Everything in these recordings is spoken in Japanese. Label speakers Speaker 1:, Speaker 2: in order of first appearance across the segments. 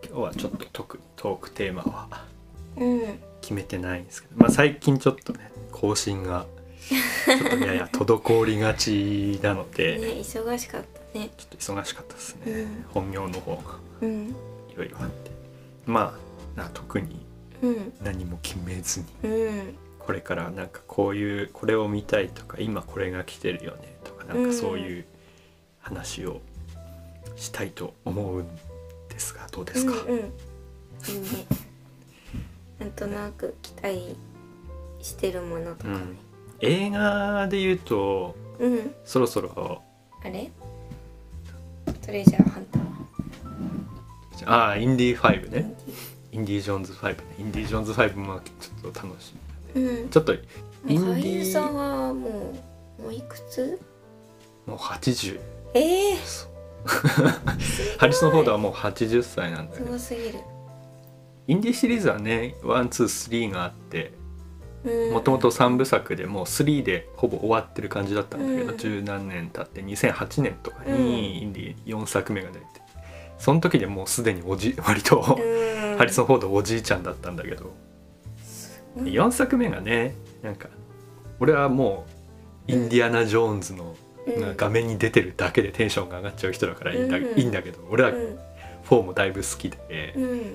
Speaker 1: 今日はちょっと特にトークテーマは
Speaker 2: うん
Speaker 1: 決めてないんですけど、まあ最近ちょっとね更新がちょっとやや滞りがちなので、
Speaker 2: ね、忙しかったね。
Speaker 1: ちょっと忙しかったですね、
Speaker 2: うん
Speaker 1: 本業の方が
Speaker 2: うん
Speaker 1: いろいろあって、まあ特に
Speaker 2: うん
Speaker 1: 何も決めずに、
Speaker 2: うん
Speaker 1: これからなんかこれを見たいとか今これが来てるよねとかなんかそういう話をしたいと思うんですが、どうですか？
Speaker 2: うんうん、いいね。なんとなく期待してるものとかね。
Speaker 1: 映画で言うと
Speaker 2: うん
Speaker 1: そろそろ
Speaker 2: あれトレジャーハンター
Speaker 1: インディ5ね、
Speaker 2: イ
Speaker 1: インディ・ジョーンズ5ね、インディ・ジョーンズ5もちょっと楽しみ、
Speaker 2: うん
Speaker 1: ちょっとインデ
Speaker 2: 俳優さん
Speaker 1: ィ
Speaker 2: はもういくつ？
Speaker 1: もう80、
Speaker 2: ええ
Speaker 1: ハリソン・フォードはもう80歳なんだけ
Speaker 2: す
Speaker 1: ど、
Speaker 2: ごすぎる。
Speaker 1: インディシリーズはね1、2、3があって、
Speaker 2: うん
Speaker 1: もともと3部作でもう3でほぼ終わってる感じだったんだけど、
Speaker 2: うん
Speaker 1: 十何年経って2008年とかにインディ4作目が出て、その時でもうすでに割とハリソン・フォードおじいちゃんだったんだけど、4作目がねなんか俺はもうインディアナ・ジョーンズの画面に出てるだけでテンションが上がっちゃう人だからいいんだけど、俺は4もだいぶ好きで、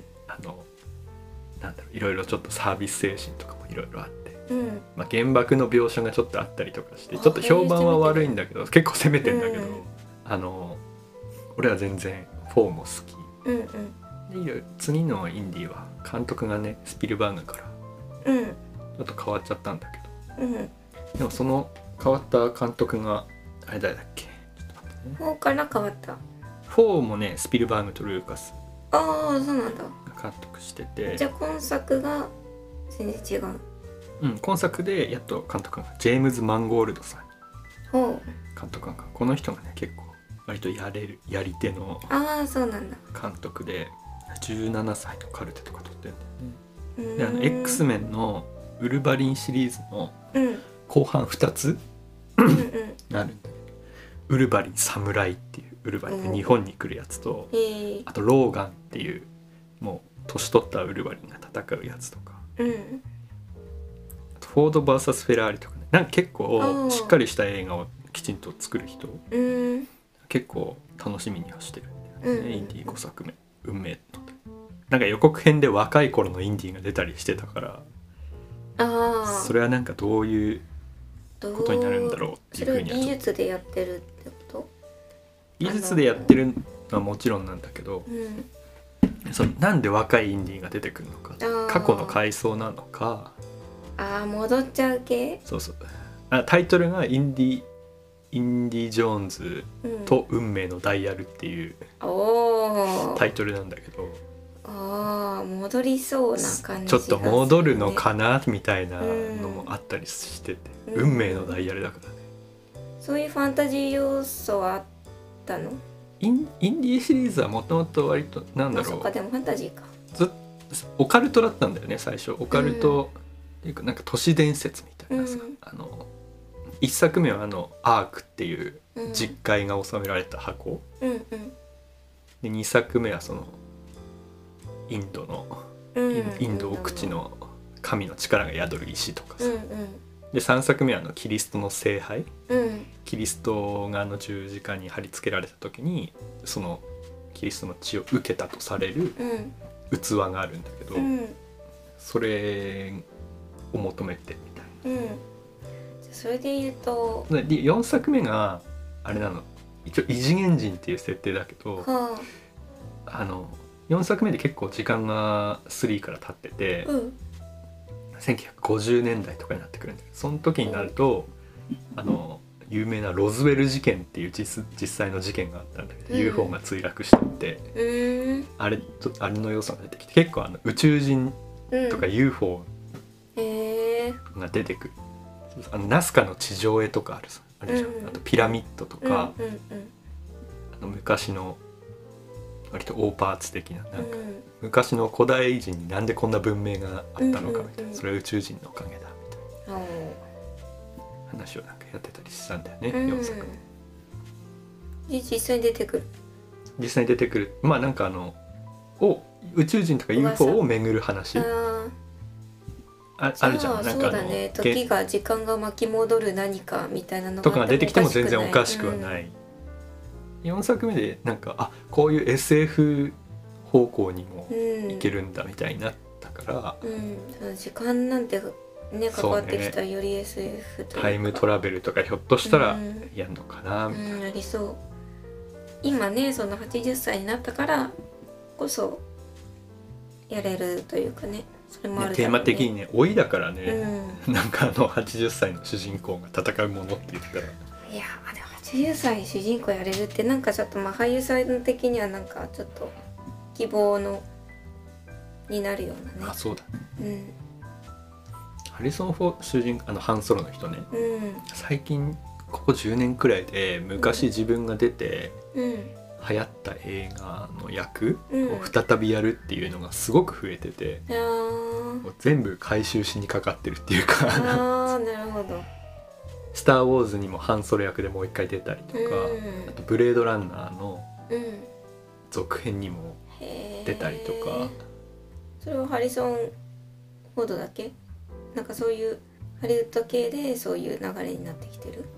Speaker 1: なんだろう、いろいろちょっとサービス精神とかもいろいろあって、まあ、原爆の描写がちょっとあったりとかしてちょっと評判は悪いんだけど、結構攻めてんだけど、俺は全然4も好きで、次のインディは監督がねスピルバーグからちょっと変わっちゃったんだけど、でもその変わった監督があれ誰だっけ、ちょっと待ってね、
Speaker 2: 4から変わった。
Speaker 1: 4もねスピルバーグとルーカス
Speaker 2: ああそうなんだ。
Speaker 1: が監督してて、
Speaker 2: じゃあ今作が全然違う。
Speaker 1: 今作でやっと監督がジェームズ・マンゴールドさん
Speaker 2: ほう。
Speaker 1: 監督が、この人がね結構割とやり手の
Speaker 2: ああそうなんだ。
Speaker 1: 監督で17歳のカルテとか撮ってるんだよね。でX メンのウルヴァリンシリーズの後半2つあるんだけど、ウルヴァリン侍っていうウルヴァリンで日本に来るやつと、あとローガンっていうもう年取ったウルヴァリンが戦うやつとか、あとフォード VS フェラーリとかね、なんか結構しっかりした映画をきちんと作る人、結構楽しみにはしてるんだよね、インディ5作目運命の。なんか予告編で若い頃のインディが出たりしてたから、それはなんかどういうことになるんだろうっていうふうには、
Speaker 2: 技術でやってるってこと？
Speaker 1: 技術でやってるのはもちろんなんだけど、なんで若いインディが出てくるのか、過去の回想なのか、
Speaker 2: 戻っちゃう系？
Speaker 1: そうタイトルがインディ・ジョーンズと運命のダイヤルっていうタイトルなんだけど、
Speaker 2: 戻りそうな感じ
Speaker 1: ちょっと戻るのかなみたいなのもあったりしてて、運命のダイヤルだからね。
Speaker 2: そういうファンタジー要素はあったの？
Speaker 1: インディシリーズはもともと割となんだろう、
Speaker 2: そっか、でもファンタジーか。
Speaker 1: オカルトだったんだよね最初。オカルトっていうかなんか都市伝説みたいなさ、1作目はアークっていう実戒が収められた箱、で2作目はそのインド奥地の神の力が宿る石とかさ、で3作目はキリストの聖杯、キリストが十字架に貼り付けられた時にそのキリストの血を受けたとされる器があるんだけど、それを求めてみたいな。
Speaker 2: それで言うと
Speaker 1: で4作目があれなの、一応異次元人っていう設定だけど、4作目で結構時間が3から経ってて、1950年代とかになってくるんだけど、その時になると有名なロズウェル事件っていう実際の事件があったんだけど、UFO が墜落してって、あれの要素が出てきて、結構宇宙人とか UFO が出てくる。ナスカの地上絵とかあるじゃん、あとピラミッドとか、昔の割と大パーツ的な、なんか昔の古代人になんでこんな文明があったのかみたいな、それは宇宙人のおかげだみたいな話をなんかやってたりしたんだよね、4作
Speaker 2: 目。実際に出てくる。
Speaker 1: 実際に出てくる。まあなんかを宇宙人とか UFO を巡る話あるじゃん。なんか
Speaker 2: そうだね、時が時間が巻き戻る何かみたいなの
Speaker 1: とかが出てきても全然おかしくはない、4作目でなんかこういう SF 方向にもいけるんだみたいになったから、
Speaker 2: 時間なんてね関わってきたらより SF というか
Speaker 1: タイムトラベルとかひょっとしたらやるのかなみたいな、
Speaker 2: ありそう。今ねその80歳になったからこそやれるというかね、それもあるだろうね。
Speaker 1: テーマ的にね老いだからね、なんか80歳の主人公が戦うものって言ったら、い
Speaker 2: やでも80歳主人公やれるってなんかちょっと俳優さん的にはなんかちょっと希望のになるようなね。
Speaker 1: そうだね。ハリソン・フォー主人ハンソロの人ね、最近ここ10年くらいで昔自分が出て流行った映画の役を再びやるっていうのがすごく増えてて、全部回収しにかかってるっていうか
Speaker 2: なるほど。
Speaker 1: スター・ウォーズにもハンソロ役でもう一回出たりとか、あとブレードランナーの続編にも出たりとか。
Speaker 2: それはハリソン・フォードだけ？なんかそういうハリウッド系でそういう流れになってきてる？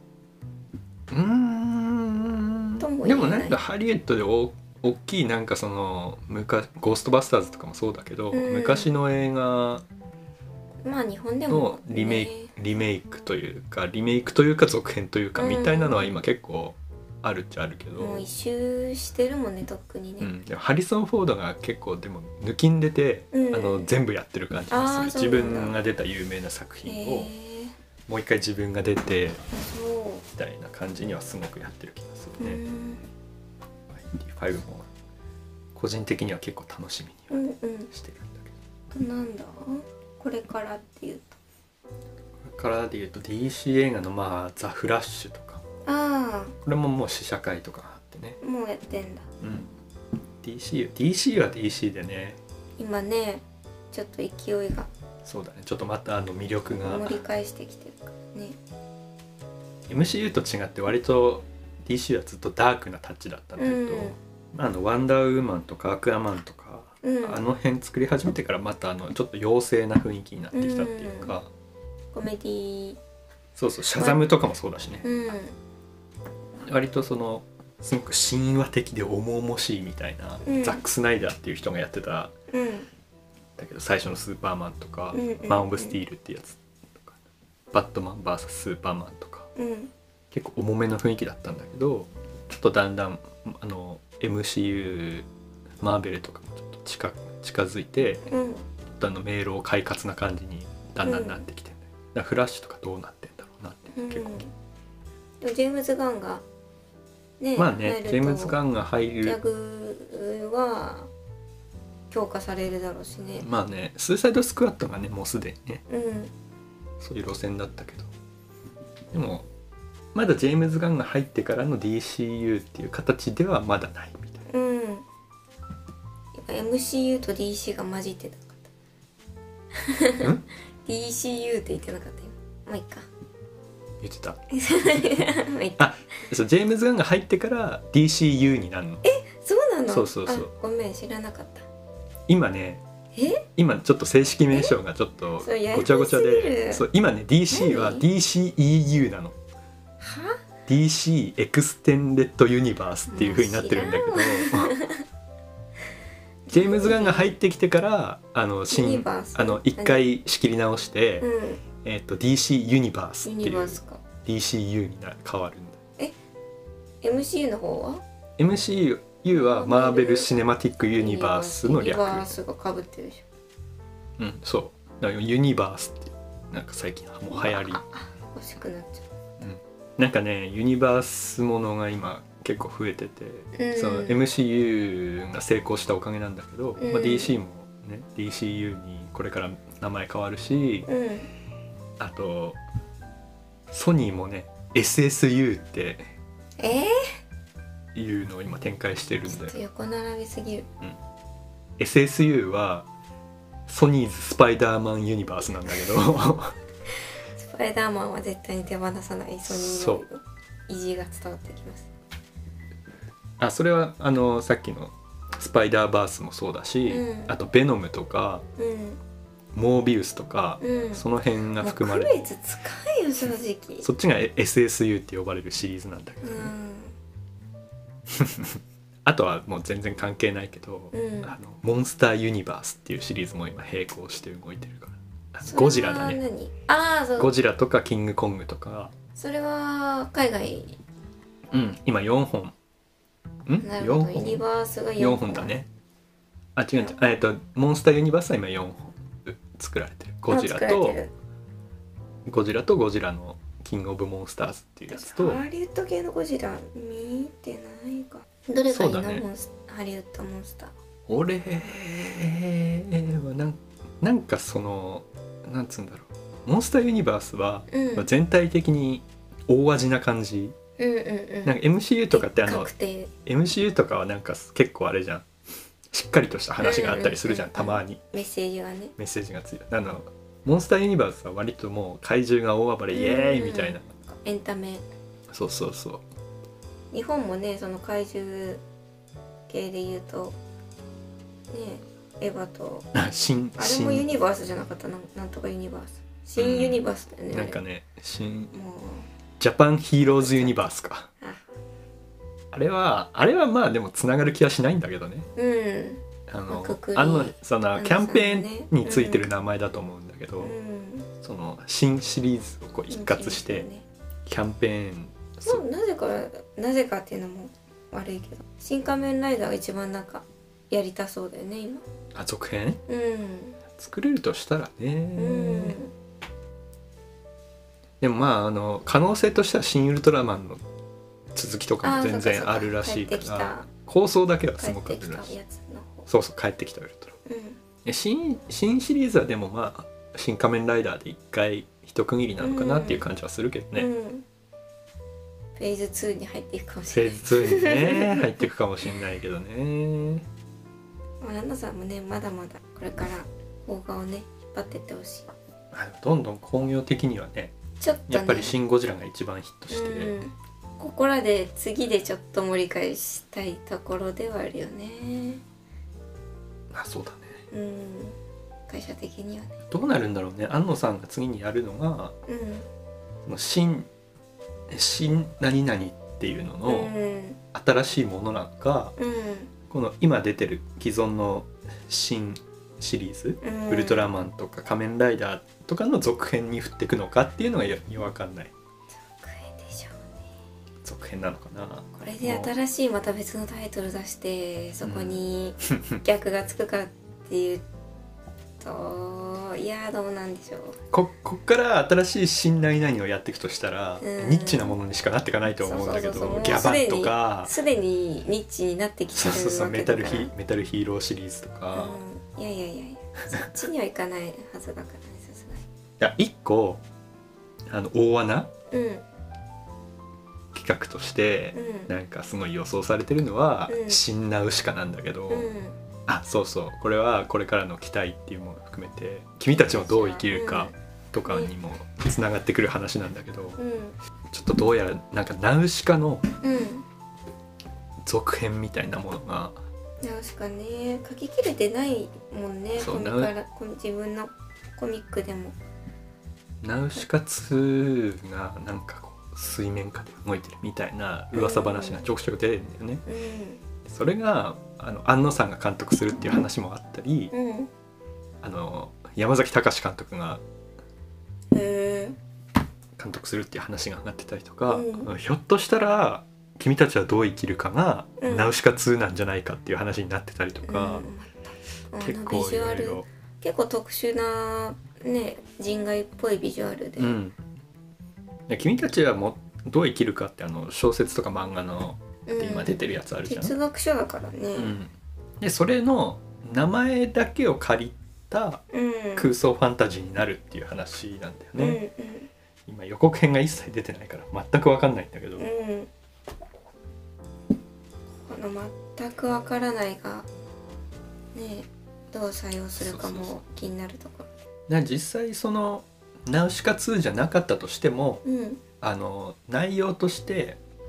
Speaker 1: でもなんかハリウッドで大きいなんかそのゴーストバスターズとかもそうだけど、昔の映画
Speaker 2: 日本でも、
Speaker 1: ね、リメイクというか続編というかみたいなのは今結構あるっちゃあるけど、
Speaker 2: もう一周してるもんね特にね、
Speaker 1: でもハリソン・フォードが結構でも抜きんでて、全部やってる感じがする。自分が出た有名な作品をもう一回自分が出てみたいな感じにはすごくやってる気がするね。インディ5も個人的には結構楽しみにはしてるんだけど、
Speaker 2: なんだこれからっていうと、
Speaker 1: これからでいうと DC 映画のザ・フラッシュとか、これももう試写会とかあってね、
Speaker 2: もうやってんだ。
Speaker 1: DC は DC でね
Speaker 2: 今ねちょっと勢いが、
Speaker 1: そうだね、ちょっとまた魅力が
Speaker 2: 盛り返してきてるからね。
Speaker 1: MCU と違って割と DC はずっとダークなタッチだったんだけど、ワンダーウーマンとかアクアマンとか、あの辺作り始めてからまたちょっと妖精な雰囲気になってきたっていうか、
Speaker 2: コメディ、
Speaker 1: そうシャザムとかもそうだしね、割とすごく神話的で重々しいみたいな、ザック・スナイダーっていう人がやってた、だけど最初のスーパーマンとか、マン・オブ・スティールってやつとか、バットマン VS スーパーマンとか、結構重めの雰囲気だったんだけど、ちょっとだんだんMCU マーベルとかもちょっと近づいて、ちょっと迷路快活な感じにだんだんなってきて、だからフラッシュとかどうなってんだろうなって結構、
Speaker 2: でもジェームズ・ガンがね、
Speaker 1: ジェームズ・ガンが入る
Speaker 2: 役は強化されるだろうしね。
Speaker 1: スーサイド・スクワットがねもうすでにね、そういう路線だったけど、でもまだジェームズ・ガンが入ってからの DCU っていう形ではまだないみたいな。
Speaker 2: MCU と DC が混じってなかった。DCU って言ってなかったよ。まあいいか。
Speaker 1: 言ってた。そうジェームズ・ガンが入ってから DCU になるの。
Speaker 2: そうなの？
Speaker 1: そう
Speaker 2: ごめん知らなかった。
Speaker 1: 今ね、今ちょっちょっと正式名称がちょっとごちゃごちゃで、今ね DC は DCEU なの。DC エクステンデッドユニバースっていう風になってるんだけど、ジェームズ・ガンが入ってきてから一回仕切り直して、DC ユニバースっていう DCU に変わるんだ。
Speaker 2: MCU の方は？
Speaker 1: MCU はマーベル・シネマティック・ユニバースの略。ユニ
Speaker 2: バースが被ってるでし
Speaker 1: ょ。そうだからユニバースってなんか最近もう流行り
Speaker 2: 欲しくなっちゃう。
Speaker 1: なんかねユニバースものが今結構増えてて、その MCU が成功したおかげなんだけど、DC もね DCU にこれから名前変わるし、あとソニーもね SSU っていうのを今展開してるんで、ちょっ
Speaker 2: と横並びすぎる。
Speaker 1: SSU はソニーズスパイダーマンユニバースなんだけど
Speaker 2: スパイダーマンは絶対に手放さないソニーの意地が伝わってきます。
Speaker 1: それはさっきのスパイダーバースもそうだし、あとベノムとか、モービウスとか、その辺が含まれる。
Speaker 2: 区別つかんよ正直。
Speaker 1: そっちが SSU って呼ばれるシリーズなんだけどね、あとはもう全然関係ないけど、モンスターユニバースっていうシリーズも今並行して動いてるから。ゴジラだね。
Speaker 2: そう、
Speaker 1: ゴジラとかキングコングとか。
Speaker 2: それは海外。
Speaker 1: 今4本。
Speaker 2: なるほど、ユニバースが4本
Speaker 1: だね。あ、違う、モンスターユニバースは今4本作られてる。ゴジラとゴジラのキングオブモンスターズっていうやつと、
Speaker 2: ハリウッド系のゴジラ見てないか。どれがいいの、ね、ハリウッドモンスター。
Speaker 1: 俺はなんかそのなんつうんだろう、モンスターユニバースは、全体的に大味な感じ。なんか MCU とかってMCU とかはなんか結構あれじゃん、しっかりとした話があったりするじゃん、たまに
Speaker 2: メッセージがね、
Speaker 1: メッセージがついて、モンスターユニバースは割ともう怪獣が大暴れイエーイみたいな、
Speaker 2: エンタメ。
Speaker 1: そう
Speaker 2: 日本もね、その怪獣系で言うとね、エヴァとあれもユニバースじゃなかった、なんとかユニバース、新ユニバースだよね、
Speaker 1: なんかね、ジャパンヒーローズユニバースか。あれはまあでもつながる気はしないんだけどね。そのキャンペーンについてる名前だと思うんだけど、その新シリーズをこう一括してキャンペーン、
Speaker 2: なぜかっていうのも悪いけど、新仮面ライダーが一番なんかやりたそうだよね今。
Speaker 1: 続編、作れるとしたらね、でもまあ可能性としては新ウルトラマンの続きとかも全然あるらしいから、構想だけはすごくあるらしい。そう帰ってきたウルトラ、新シリーズはでもまあ新仮面ライダーで一回一区切りなのかなっていう感じはするけどね、
Speaker 2: フェーズ2に入っていくかもしれない。
Speaker 1: フェーズ2にね入っていくかもしれないけどね。
Speaker 2: ナナさんもね、まだまだこれから邦画をね引っ張ってってほしい。
Speaker 1: どんどん工業的にはね、やっぱりシン・ゴジラが一番ヒットして、
Speaker 2: ここらで次でちょっと盛り返したいところではあるよね。
Speaker 1: そうだね。
Speaker 2: 会社的にはね。
Speaker 1: どうなるんだろうね。安野さんが次にやるのが、新何々っていうのの新しいものなのか、この今出てる既存の新シリーズ、ウルトラマンとか仮面ライダーとかの続編に振っていくのかっていうのが分かんない。
Speaker 2: 続編でしょうね。
Speaker 1: 続編なのかな。
Speaker 2: これで新しいまた別のタイトル出してそこに逆がつくかっていうと、いやどうなんでしょう。
Speaker 1: こっから新しい新何々をやっていくとしたら、ニッチなものにしかなっていかないと思うんだけど、ギャバンとか
Speaker 2: すでにニッチになってきてるわけだから、
Speaker 1: メタルヒーローシリーズとか、
Speaker 2: いやそっちにはいかないはずだからね、さすがに。
Speaker 1: いや一個大穴、企画として、なんかすごい予想されてるのは、新ナウシカなんだけど、これはこれからの期待っていうものを含めて君たちはどう生きるかとかにもつながってくる話なんだけど、ちょっとどうやらなんかナウシカの続編みたいなものが、
Speaker 2: ナウシカね、書ききれてないもんね。自分のコミックでも
Speaker 1: ナウシカ2がなんかこう水面下で動いてるみたいな噂話がちょくちょく出てるんだよね。それが安野さんが監督するっていう話もあったり、山崎隆監督が監督するっていう話が上がってたりとか、ひょっとしたら君たちはどう生きるかが、ナウシカ2なんじゃないかっていう話になってたりとか、結構いろいろ
Speaker 2: 結構特殊なね、人外っぽいビジュアルで、
Speaker 1: 君たちはどう生きるかって小説とか漫画ので今出てるやつあるじゃん、
Speaker 2: 哲学書だからね、
Speaker 1: でそれの名前だけを借りた空想ファンタジーになるっていう話なんだよね、今予告編が一切出てないから全く分かんないんだけど、こ
Speaker 2: の全く分からないがね、どう採用するかも気になるところ。
Speaker 1: 実際そのナウシカ2じゃなかったとしても、内容として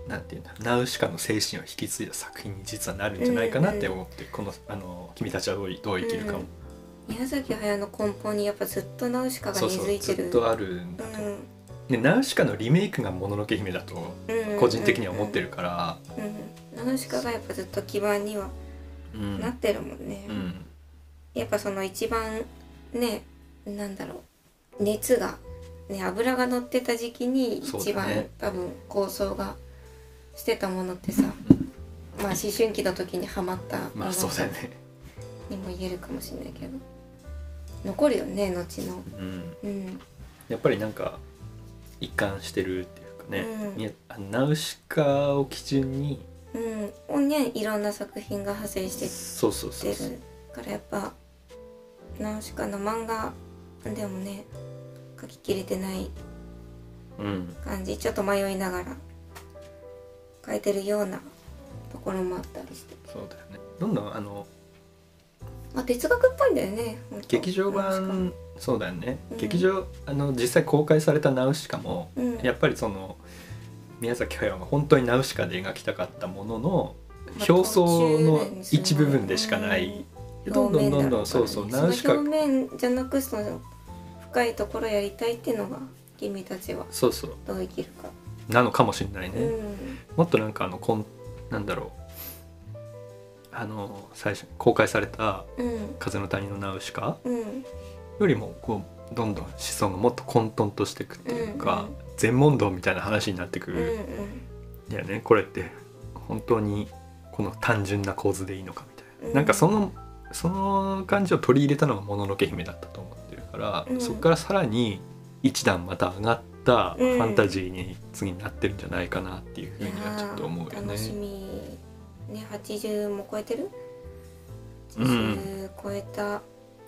Speaker 1: なんていうんだ、ナウシカの精神を引き継いだ作品に実はなるんじゃないかなって思って、この君たちはどう生きるかも、
Speaker 2: 宮崎駿の根本にやっぱずっとナウシカが根付いてる。
Speaker 1: ずっとあるんだと、でナウシカのリメイクがもののけ姫だと個人的には思ってるから、
Speaker 2: ナウシカがやっぱずっと基盤にはなってるもんね、やっぱその一番ね、なんだろう、熱がね、油が乗ってた時期に一番、多分構想がしてたものってさ、まあ思春期の時にハマったものにも言えるかもしれないけど、残るよね後の、
Speaker 1: やっぱりなんか一貫してるっていうかね、ナウシカを基準に、
Speaker 2: いろんな作品が派生してるからやっぱナウシカの漫画でもね書ききれてない感じ、ちょっと迷いながら書いてるようなところもあったりして、
Speaker 1: そうだよね、どんどん
Speaker 2: 哲学っぽいんだよね
Speaker 1: 劇場版。そうだよね、劇場実際公開されたナウシカも、やっぱりその宮崎駿が本当にナウシカで描きたかったものの表層の一部分でしかない、どんどんそうナウシカ
Speaker 2: 表面じゃなくその深いところやりたいっていうのが君たちはどう生きるか
Speaker 1: なのかもしれないね、もっとなんかなんだろう、最初公開された「風の谷のナウシカ」よりもこうどんどん思想がもっと混沌としていくっていうか、全問答みたいな話になってくる、いやね、これって本当にこの単純な構図でいいのかみたいな、なんかその感じを取り入れたのがもののけ姫だったと思ってるから、そこからさらに一段また上がったファンタジーに次になってるんじゃないかなっていうふうにはちょっと思うよね。
Speaker 2: 楽しみね。80も超えてる、80超えた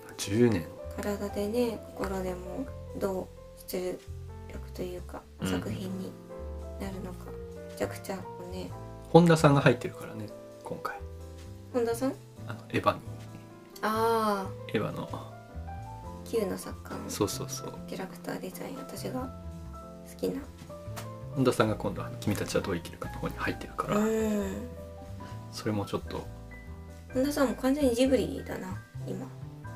Speaker 1: 10年
Speaker 2: 体でね心でもどう出力というか作品になるのか、めちゃくちゃね。
Speaker 1: 本田さんが入ってるからね今回。
Speaker 2: 本田さん
Speaker 1: エヴァにエヴァの
Speaker 2: Q の作家の
Speaker 1: そう
Speaker 2: キャラクターデザイン、私が好きな
Speaker 1: 本田さんが今度は君たちはどう生きるかの方に入ってるから、それもちょっと
Speaker 2: 本田さんも完全にジブリだな今。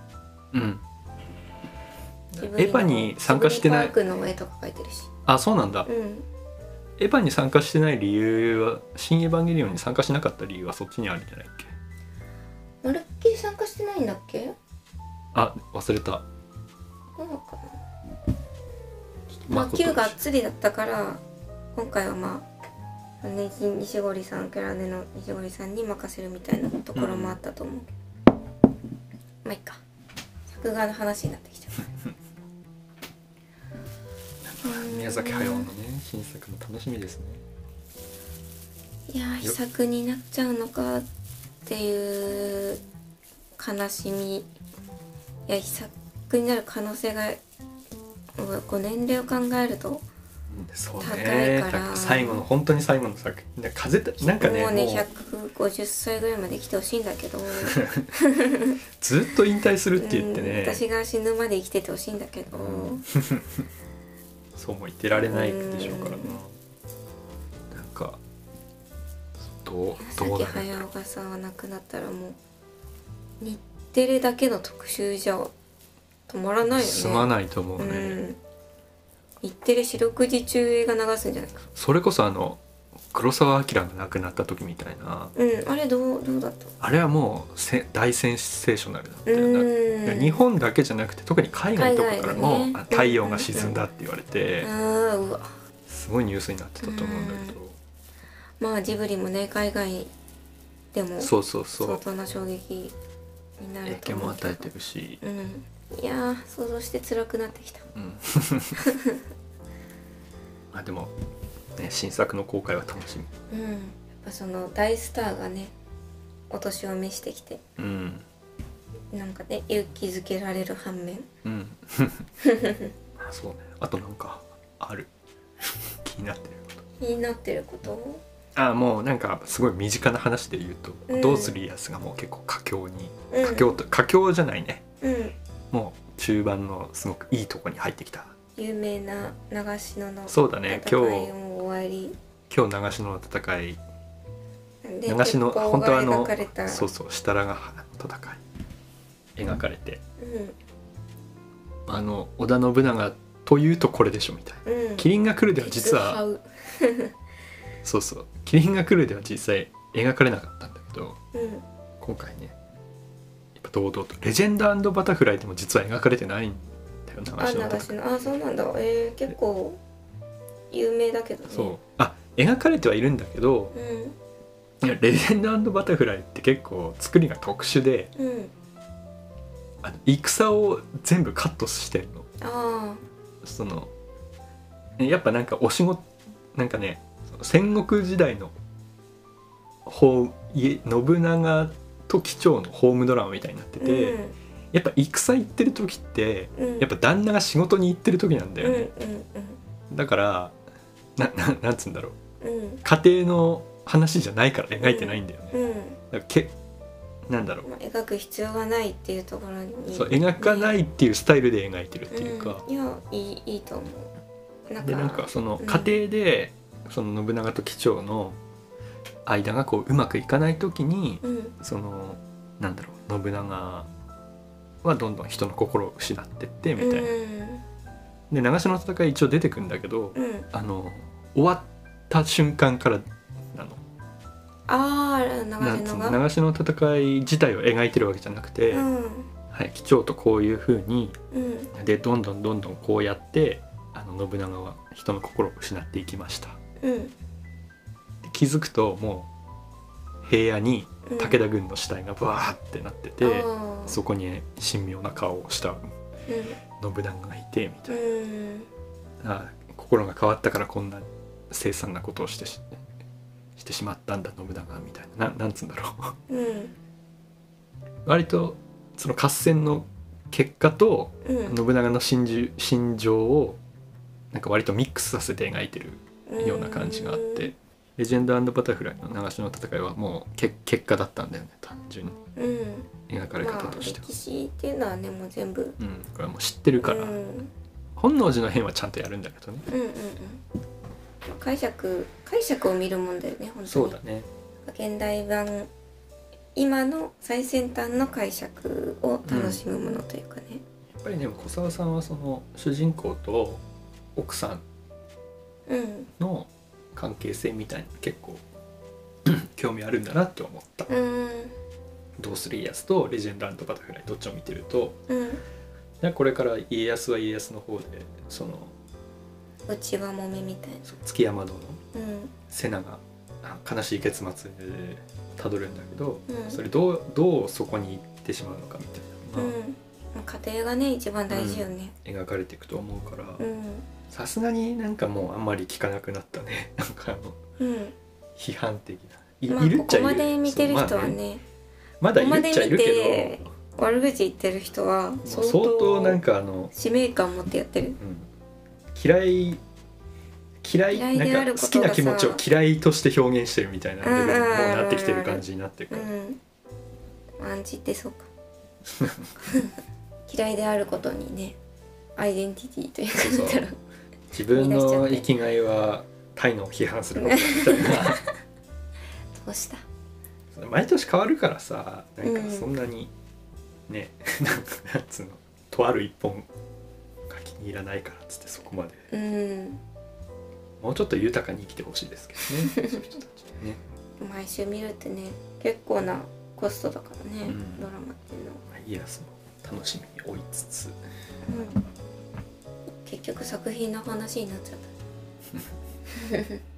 Speaker 1: エヴァに参加してない。
Speaker 2: ジブリパークの絵とか描いてるし。
Speaker 1: そうなんだ、エヴァに参加してない理由は、新エヴァンゲリオンに参加しなかった理由はそっちにあるんじゃないっけ。
Speaker 2: まるっきり参加してないんだっけ。
Speaker 1: 忘れた。
Speaker 2: そうかな。Q がっつりだったから今回は西堀さん、キャラネの西堀さんに任せるみたいなところもあったと思うけど、いっか、作画の話になってきちゃ
Speaker 1: う。宮崎駿のね新作も楽しみですね。
Speaker 2: いや遺作になっちゃうのかっていう悲しみ。いや遺作になる可能性が年齢を考えると高いから、
Speaker 1: 本当に最後の作品なんかね、
Speaker 2: もうね150歳ぐらいまで生きてほしいんだけど
Speaker 1: ずっと引退するって言ってね、
Speaker 2: 私が死ぬまで生きててほしいんだけど、
Speaker 1: そうも言ってられないでしょうからな。なんかどうなる
Speaker 2: 宮崎駿がさ亡くなったらもう日テレだけの特集じゃ止まらないよね。
Speaker 1: 済まないと思うね、
Speaker 2: 日テレ四六時中映画流すんじゃないか。
Speaker 1: それこそ黒澤明が亡くなった時みたいな、
Speaker 2: あれどうだった。
Speaker 1: あれはもう大センセーショナルだったよな。日本だけじゃなくて特に海外とかからも、太陽が沈んだって言われて、すごいニュースになってたと思うんだけど、
Speaker 2: ジブリもね海外でも相当な衝撃になると思うけど、影響も
Speaker 1: 与えてるし、
Speaker 2: いや想像して辛くなってきた。
Speaker 1: でもね新作の公開は楽しみ。
Speaker 2: やっぱその大スターがねお年を召してきて、なんかね勇気づけられる反面、
Speaker 1: そうね。あとなんかある気になってることもうなんかすごい身近な話で言うと、どうする家康がもう結構佳境じゃないね、もう中盤のすごくいいとこに入ってきた。
Speaker 2: 有名な長篠の
Speaker 1: そうだね、
Speaker 2: 戦いも終わり
Speaker 1: 今日長篠の戦い、長篠本当はそうそう設楽が戦い描かれて、織田信長というとこれでしょみたいな、麒麟が来るでは実はそうそう麒麟が来るでは実際描かれなかったんだけど、今回ねやっぱ堂々とレジェンド&バタフライでも実は描かれてないんだよ長篠の戦い。
Speaker 2: あ、そうなんだ。結構有名だけどね。
Speaker 1: そう描かれてはいるんだけど、いやレジェンド&バタフライって結構作りが特殊で、戦を全部カットしてるの。そのやっぱなんかお仕事なんかね戦国時代の信長と貴長のホームドラマみたいになってて、やっぱ戦行ってる時って、やっぱ旦那が仕事に行ってる時なんだよね。だからなんつうんだろう、家庭の話じゃないから描いてないんだよね。だからなんだろう、
Speaker 2: 描く必要がないっていうところに、
Speaker 1: そう描かないっていうスタイルで描いてるっていうか、
Speaker 2: いやいいと思う。
Speaker 1: なんかその家庭で、その信長と貴長の間がこううまくいかない時に、そのなんだろう、信長はどんどん人の心を失ってってみたいな。で長篠の戦い一応出てくるんだけど、終わった瞬間から長篠の戦い自体を描いてるわけじゃなくて、貴長とこういう風に、でどんどんこうやって信長は人の心を失っていきました、気づくともう平野に武田軍の死体がバーってなってて、そこに神妙な顔をした信長がいてみたいな、心が変わったからこんな凄惨なことをしてしまったんだ信長みたいな、なんつうんだろう、割とその合戦の結果と信長の心情をなんか割とミックスさせて描いてるような感じがあって、レジェンド&バタフライの長篠の戦いはもう結果だったんだよね、単純に、描かれ方としては。
Speaker 2: 歴史っていうのはねもう全部、
Speaker 1: これはもう知ってるから、本能寺の変はちゃんとやるんだけどね、
Speaker 2: 解釈を見るもんだよね本当に。
Speaker 1: そうだね。
Speaker 2: 現代版今の最先端の解釈を楽しむものというかね、
Speaker 1: やっぱりね小沢さんはその主人公と奥さんの関係性みたいな結構興味あるんだなって思った。どうする家康とレジェンド&バタフライどっちを見てると、これから家康は家康の方でその
Speaker 2: 内輪もめみたいな
Speaker 1: 築山殿の瀬名が悲しい結末でたどるんだけど、それどうそこに行ってしまうのかみたいなの
Speaker 2: が、家庭がね一番大事よね、
Speaker 1: 描かれていくと思うから、さすがになんかもうあんまり聞かなくなったねなんか批判的な、いるっちゃいる。
Speaker 2: ここまで見てる人はね、
Speaker 1: まだいるっちゃいるけ
Speaker 2: ど、悪口言ってる人は
Speaker 1: 相当なんか
Speaker 2: 使命感持ってやってる、
Speaker 1: 嫌いなんか好きな気持ちを嫌いとして表現してるみたいなレベルにもうなってきてる感じになってるから、
Speaker 2: アンチってそうか嫌いであることにねアイデンティティというか、
Speaker 1: 自分の生きがいはタイの批判することみたいな
Speaker 2: どうした
Speaker 1: 毎年変わるからさ、なんかそんなにね、なんつうのとある一本が気に入らないからっつってそこまで、もうちょっと豊かに生きてほしいですけどねそういう人たちね。
Speaker 2: 毎週見るってね結構なコストだからね、ドラマっていうのは。
Speaker 1: 家康も楽しみに追いつつ、
Speaker 2: 結局作品の話になっちゃった